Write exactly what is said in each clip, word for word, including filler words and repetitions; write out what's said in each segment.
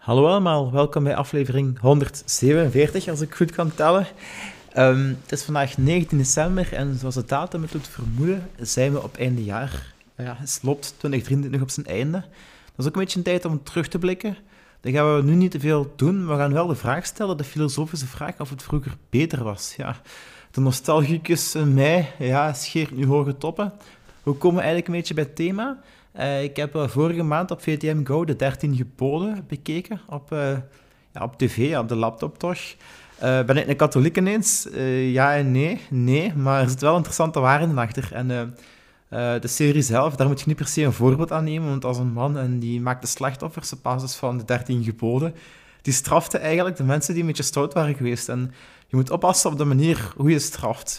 Hallo allemaal, welkom bij aflevering honderdzevenenveertig, als ik goed kan tellen. Um, het is vandaag negentien december en zoals het datum het doet vermoeden, zijn we op einde jaar. Ja, het loopt twintig drieëntwintig op zijn einde. Dat is ook een beetje een tijd om terug te blikken. Dan gaan we nu niet te veel doen, we gaan wel de vraag stellen, de filosofische vraag of het vroeger beter was. Ja, de nostalgicus in mij ja, scheert nu hoge toppen. We komen eigenlijk een beetje bij het thema. Uh, ik heb uh, vorige maand op V T M Go de dertien geboden bekeken, op, uh, ja, op tv, ja, op de laptop toch. Uh, ben ik een katholiek ineens? Uh, ja en nee, nee, maar er zit wel interessante waarheden achter. En uh, uh, de serie zelf, daar moet je niet per se een voorbeeld aan nemen, want als een man en die maakte slachtoffers op basis van de dertien geboden, die strafte eigenlijk de mensen die een beetje stout waren geweest. En je moet oppassen op de manier hoe je straft.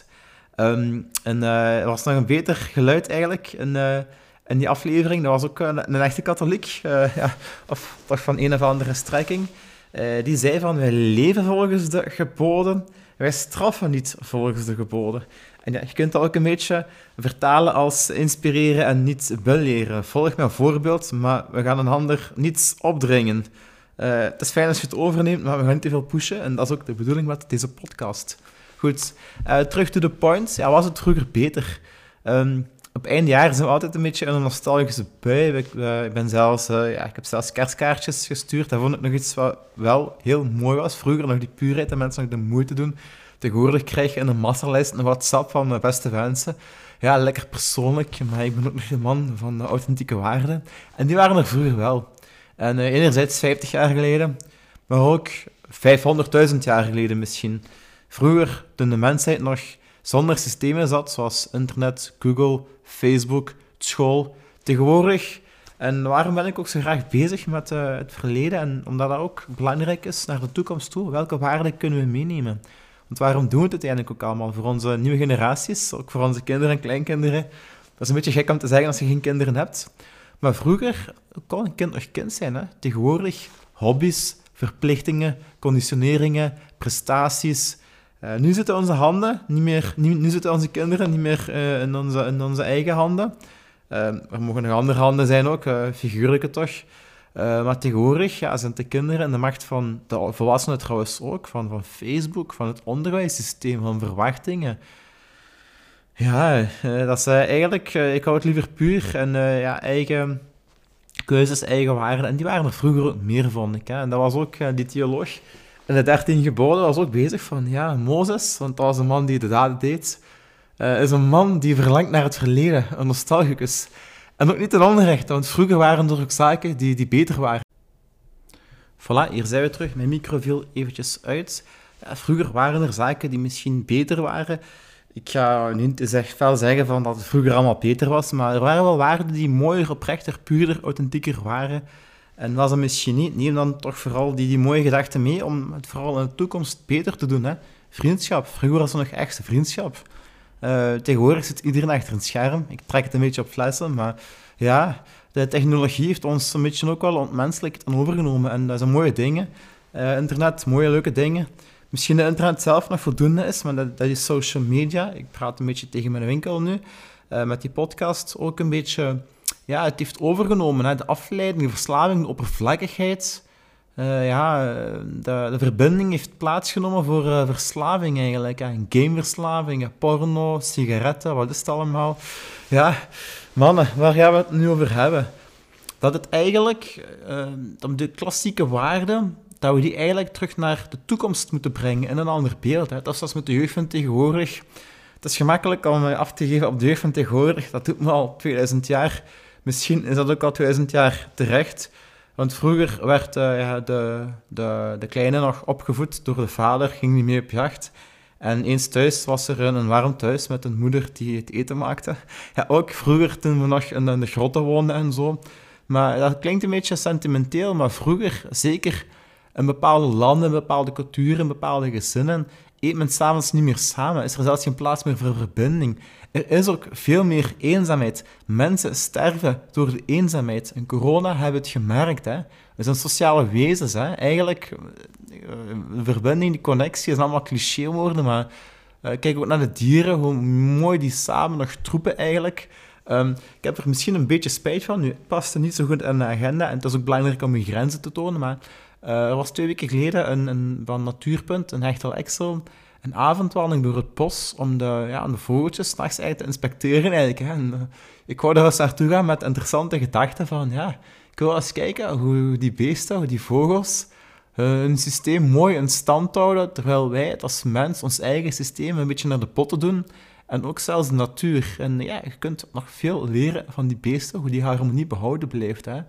Um, en uh, er was nog een beter geluid eigenlijk, en... Uh, In die aflevering, dat was ook een, een echte katholiek, uh, ja, of toch van een of andere strekking, uh, die zei van, wij leven volgens de geboden, wij straffen niet volgens de geboden. En ja, je kunt dat ook een beetje vertalen als inspireren en niet beleren. Volg mijn voorbeeld, maar we gaan een ander niets opdringen. Uh, het is fijn als je het overneemt, maar we gaan niet te veel pushen, en dat is ook de bedoeling met deze podcast. Goed, uh, terug to the point. Ja, was het vroeger beter? Um, Op eind jaar zijn we altijd een beetje in een nostalgische bui. Ik, uh, ik, ben zelfs, uh, ja, ik heb zelfs kerstkaartjes gestuurd. Dat vond ik nog iets wat wel heel mooi was. Vroeger nog die puurheid en mensen nog de moeite doen. Tegenwoordig krijg je in een massalijst een WhatsApp van mijn beste wensen. Ja, lekker persoonlijk, maar ik ben ook nog een man van de authentieke waarden. En die waren er vroeger wel. En uh, enerzijds vijftig jaar geleden, maar ook vijfhonderdduizend jaar geleden misschien. Vroeger, toen de mensheid nog zonder systemen zat, zoals internet, Google, Facebook, school, tegenwoordig. En waarom ben ik ook zo graag bezig met uh, het verleden? En omdat dat ook belangrijk is naar de toekomst toe. Welke waarden kunnen we meenemen? Want waarom doen we het uiteindelijk ook allemaal? Voor onze nieuwe generaties, ook voor onze kinderen en kleinkinderen. Dat is een beetje gek om te zeggen als je geen kinderen hebt. Maar vroeger kon een kind nog kind zijn. Hè? Tegenwoordig hobby's, verplichtingen, conditioneringen, prestaties. Uh, nu zitten onze handen, niet meer, nu, nu zitten onze kinderen niet meer uh, in, onze, in onze eigen handen. Uh, er mogen nog andere handen zijn ook, uh, figuurlijke toch. Uh, maar tegenwoordig ja, zijn de kinderen in de macht van de volwassenen trouwens ook, van, van Facebook, van het onderwijssysteem, van verwachtingen. Ja, uh, dat is uh, eigenlijk, uh, ik hou het liever puur en uh, ja, eigen keuzes, eigen waarden. En die waren er vroeger ook meer, vond ik. Hè. En dat was ook uh, die theoloog. En de dertien geboden was ook bezig van, ja, Mozes, want dat was een man die de daden deed, uh, is een man die verlangt naar het verleden, een nostalgicus. En ook niet ten onrechte, want vroeger waren er ook zaken die, die beter waren. Voilà, hier zijn we terug. Mijn micro viel eventjes uit. Ja, vroeger waren er zaken die misschien beter waren. Ik ga niet echt fel zeggen van dat het vroeger allemaal beter was, maar er waren wel waarden die mooier, oprechter, puurder, authentieker waren. En was het misschien niet, neem dan toch vooral die, die mooie gedachten mee om het vooral in de toekomst beter te doen. Hè? Vriendschap. Vroeger was er nog echte vriendschap. Uh, tegenwoordig zit iedereen achter een scherm. Ik trek het een beetje op flessen, maar ja, de technologie heeft ons een beetje ook wel ontmenselijkt en overgenomen. En dat zijn mooie dingen. Uh, internet, mooie, leuke dingen. Misschien de internet zelf nog voldoende is, maar dat, dat is social media. Ik praat een beetje tegen mijn winkel nu, uh, met die podcast ook een beetje... Ja, het heeft overgenomen, hè. De afleiding, de verslaving, de oppervlakkigheid. Uh, ja, de, de verbinding heeft plaatsgenomen voor uh, verslaving eigenlijk. Hè. Gameverslaving, porno, sigaretten, wat is het allemaal? Ja, mannen, waar gaan we het nu over hebben? Dat het eigenlijk, uh, de klassieke waarden, dat we die eigenlijk terug naar de toekomst moeten brengen in een ander beeld. Hè. Dat is zoals met de jeugd van tegenwoordig. Het is gemakkelijk om af te geven op de jeugd van tegenwoordig. Dat doet me al tweeduizend jaar. Misschien is dat ook al tweeduizend jaar terecht. Want vroeger werd uh, ja, de, de, de kleine nog opgevoed door de vader, ging niet mee op jacht. En eens thuis was er een, een warm thuis met een moeder die het eten maakte. Ja, ook vroeger toen we nog in, in de grotten woonden en zo. Maar dat klinkt een beetje sentimenteel, maar vroeger, zeker in bepaalde landen, in bepaalde culturen, in bepaalde gezinnen, eet men s'avonds niet meer samen. Is er zelfs geen plaats meer voor verbinding. Er is ook veel meer eenzaamheid. Mensen sterven door de eenzaamheid. In corona hebben we het gemerkt. Hè. We zijn sociale wezens. Hè. Eigenlijk, de verbinding, die connectie, is allemaal clichéwoorden, maar uh, kijk ook naar de dieren, hoe mooi die samen nog troepen eigenlijk. Um, ik heb er misschien een beetje spijt van. Nu, het past niet zo goed in de agenda en het is ook belangrijk om je grenzen te tonen, maar Uh, er was twee weken geleden een, een, van Natuurpunt, een Hechtel Exel, een avondwandeling door het bos om de, ja, de vogeltjes 's nachts eigenlijk te inspecteren. Eigenlijk, hè. En, uh, ik wou er eens naartoe gaan met interessante gedachten van, ja, ik wil eens kijken hoe die beesten, hoe die vogels, uh, hun systeem mooi in stand houden, terwijl wij het als mens ons eigen systeem een beetje naar de potten doen. En ook zelfs de natuur. En ja, je kunt nog veel leren van die beesten, hoe die harmonie behouden blijft, hè.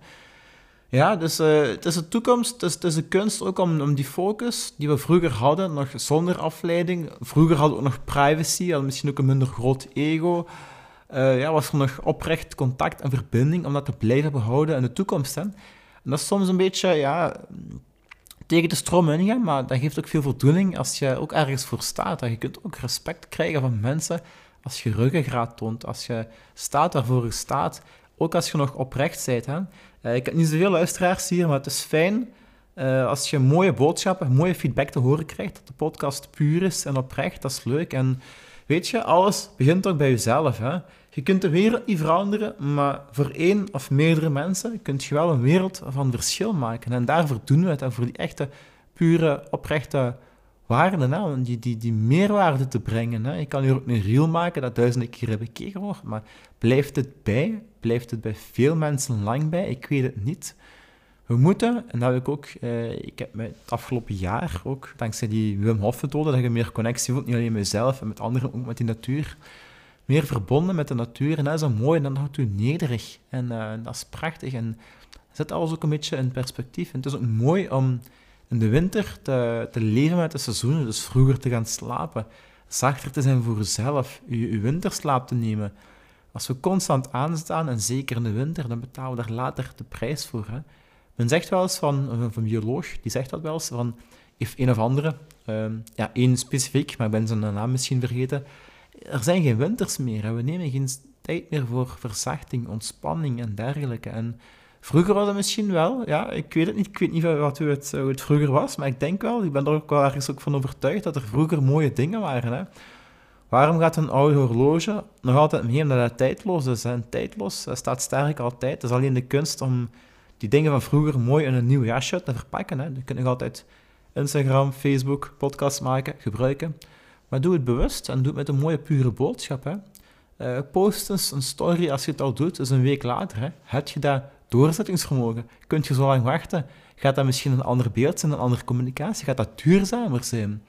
Ja, dus uh, het is de toekomst, het is, het is de kunst ook om, om die focus die we vroeger hadden, nog zonder afleiding. Vroeger hadden we ook nog privacy, hadden misschien ook een minder groot ego. Uh, ja, was er nog oprecht contact en verbinding om dat te blijven behouden in de toekomst. Hè? En dat is soms een beetje, ja, tegen de stroom ingaan, maar dat geeft ook veel voldoening als je ook ergens voor staat. En je kunt ook respect krijgen van mensen als je ruggengraat toont, als je staat waarvoor je staat. Ook als je nog oprecht bent. Hè? Uh, ik heb niet zoveel luisteraars hier, maar het is fijn uh, als je mooie boodschappen, mooie feedback te horen krijgt, dat de podcast puur is en oprecht. Dat is leuk. En weet je, alles begint ook bij jezelf. Hè? Je kunt de wereld niet veranderen, maar voor één of meerdere mensen kun je wel een wereld van verschil maken. En daarvoor doen we het. En voor die echte, pure, oprechte waarden, hè? Om die, die, die meerwaarde te brengen. Hè? Je kan hier ook een reel maken dat duizenden keer bekeken wordt, maar blijft het bij? Blijft het bij veel mensen lang bij? Ik weet het niet. We moeten, en dat heb ik ook, eh, ik heb me het afgelopen jaar ook, dankzij die Wim Hof methode, dat je meer connectie voelt, niet alleen met jezelf en met anderen, ook met die natuur, meer verbonden met de natuur. En dat is dan mooi, en dan houdt u nederig. En uh, dat is prachtig. En zet alles ook een beetje in perspectief. En het is ook mooi om in de winter te, te leven met de seizoenen, dus vroeger te gaan slapen, zachter te zijn voor jezelf, je, je winterslaap te nemen. Als we constant aanstaan, en zeker in de winter, dan betalen we daar later de prijs voor. Hè? Men zegt wel eens van, van een bioloog, die zegt dat wel eens, van, heeft een of andere, um, ja, één specifiek, maar ik ben zijn naam misschien vergeten, er zijn geen winters meer, hè? We nemen geen tijd meer voor verzachting, ontspanning en dergelijke. En vroeger was het misschien wel, ja, ik weet het niet, ik weet niet wat hoe het, hoe het vroeger was, maar ik denk wel, ik ben er ook wel ergens ook van overtuigd dat er vroeger mooie dingen waren, hè? Waarom gaat een oude horloge nog altijd mee omdat het tijdloos is? En tijdloos staat sterk altijd. Het is alleen de kunst om die dingen van vroeger mooi in een nieuw jasje te verpakken. Hè. Je kunt nog altijd Instagram, Facebook, podcast maken, gebruiken. Maar doe het bewust en doe het met een mooie, pure boodschap. Hè. Uh, post eens een story als je het al doet, dus een week later. Hè. Heb je dat doorzettingsvermogen? Kunt je zo lang wachten? Gaat dat misschien een ander beeld zijn, een andere communicatie? Gaat dat duurzamer zijn?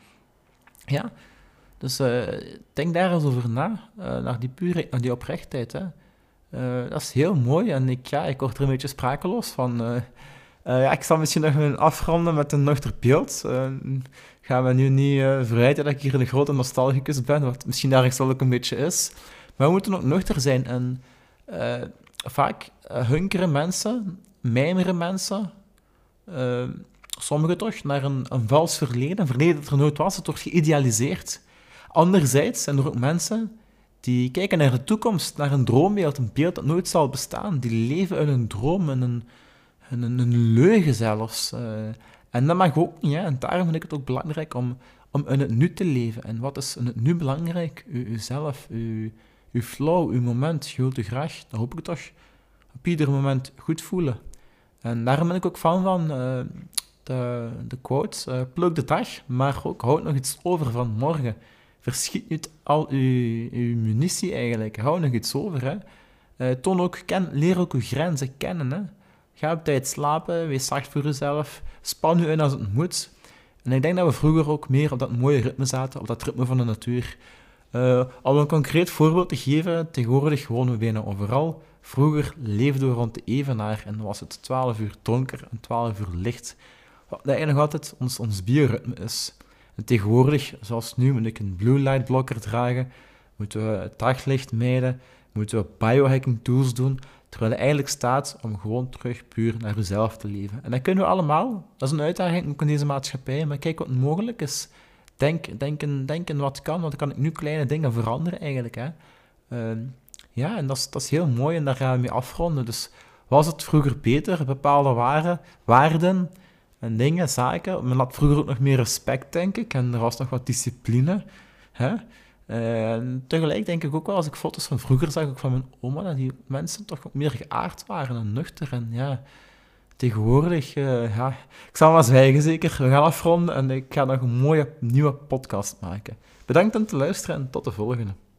Ja. Dus uh, denk daar eens over na, uh, naar die puurheid, naar die oprechtheid. Hè. Uh, dat is heel mooi en ik, ja, ik word er een beetje sprakeloos van. Uh, uh, ja, ik zal misschien nog afronden met een nuchter beeld. Uh, gaan we nu niet uh, verwijten dat ik hier een grote nostalgicus ben, wat misschien ergens wel ook een beetje is. Maar we moeten ook nuchter zijn. En uh, vaak uh, hunkeren mensen, mijmeren mensen, uh, sommigen toch, naar een, een vals verleden. Een verleden dat er nooit was, het wordt geïdealiseerd. Anderzijds zijn er ook mensen die kijken naar de toekomst, naar een droombeeld, een beeld dat nooit zal bestaan. Die leven in een droom, in een, in een, een leugen zelfs. Uh, en dat mag ook niet. Hè. En daarom vind ik het ook belangrijk om, om in het nu te leven. En wat is in het nu belangrijk? U, uzelf, uw, uw flow, uw moment. Je wilt u graag, dat hoop ik toch, op ieder moment goed voelen. En daarom ben ik ook fan van uh, de, de quote, uh, pluk de dag, maar ook houd nog iets over van morgen. Verschiet niet al uw, uw munitie eigenlijk. Hou nog iets over. Hè. Uh, toon ook, ken, leer ook uw grenzen kennen. Hè. Ga op tijd slapen, wees zacht voor jezelf, span u in als het moet. En ik denk dat we vroeger ook meer op dat mooie ritme zaten, op dat ritme van de natuur. Uh, om een concreet voorbeeld te geven, tegenwoordig wonen we bijna overal. Vroeger leefden we rond de evenaar en dan was het twaalf uur donker en twaalf uur licht. Wat eigenlijk nog altijd ons, ons bioritme is. En tegenwoordig, zoals nu, moet ik een blue light blocker dragen, moeten we het daglicht mijden, moeten we biohacking tools doen, terwijl het eigenlijk staat om gewoon terug puur naar jezelf te leven. En dat kunnen we allemaal. Dat is een uitdaging ook in deze maatschappij, maar kijk wat mogelijk is. Denk, denken, denken wat kan, want dan kan ik nu kleine dingen veranderen eigenlijk. Hè. Uh, ja, en dat is, dat is heel mooi en daar gaan we mee afronden. Dus was het vroeger beter, bepaalde waren, waarden en dingen, zaken. Men had vroeger ook nog meer respect, denk ik, en er was nog wat discipline. Hè. Uh, en tegelijk denk ik ook wel, als ik foto's van vroeger zag, ook van mijn oma, dat die mensen toch ook meer geaard waren en nuchter. En ja, tegenwoordig, uh, ja, ik zal maar zwijgen zeker. We gaan afronden en ik ga nog een mooie nieuwe podcast maken. Bedankt om te luisteren en tot de volgende.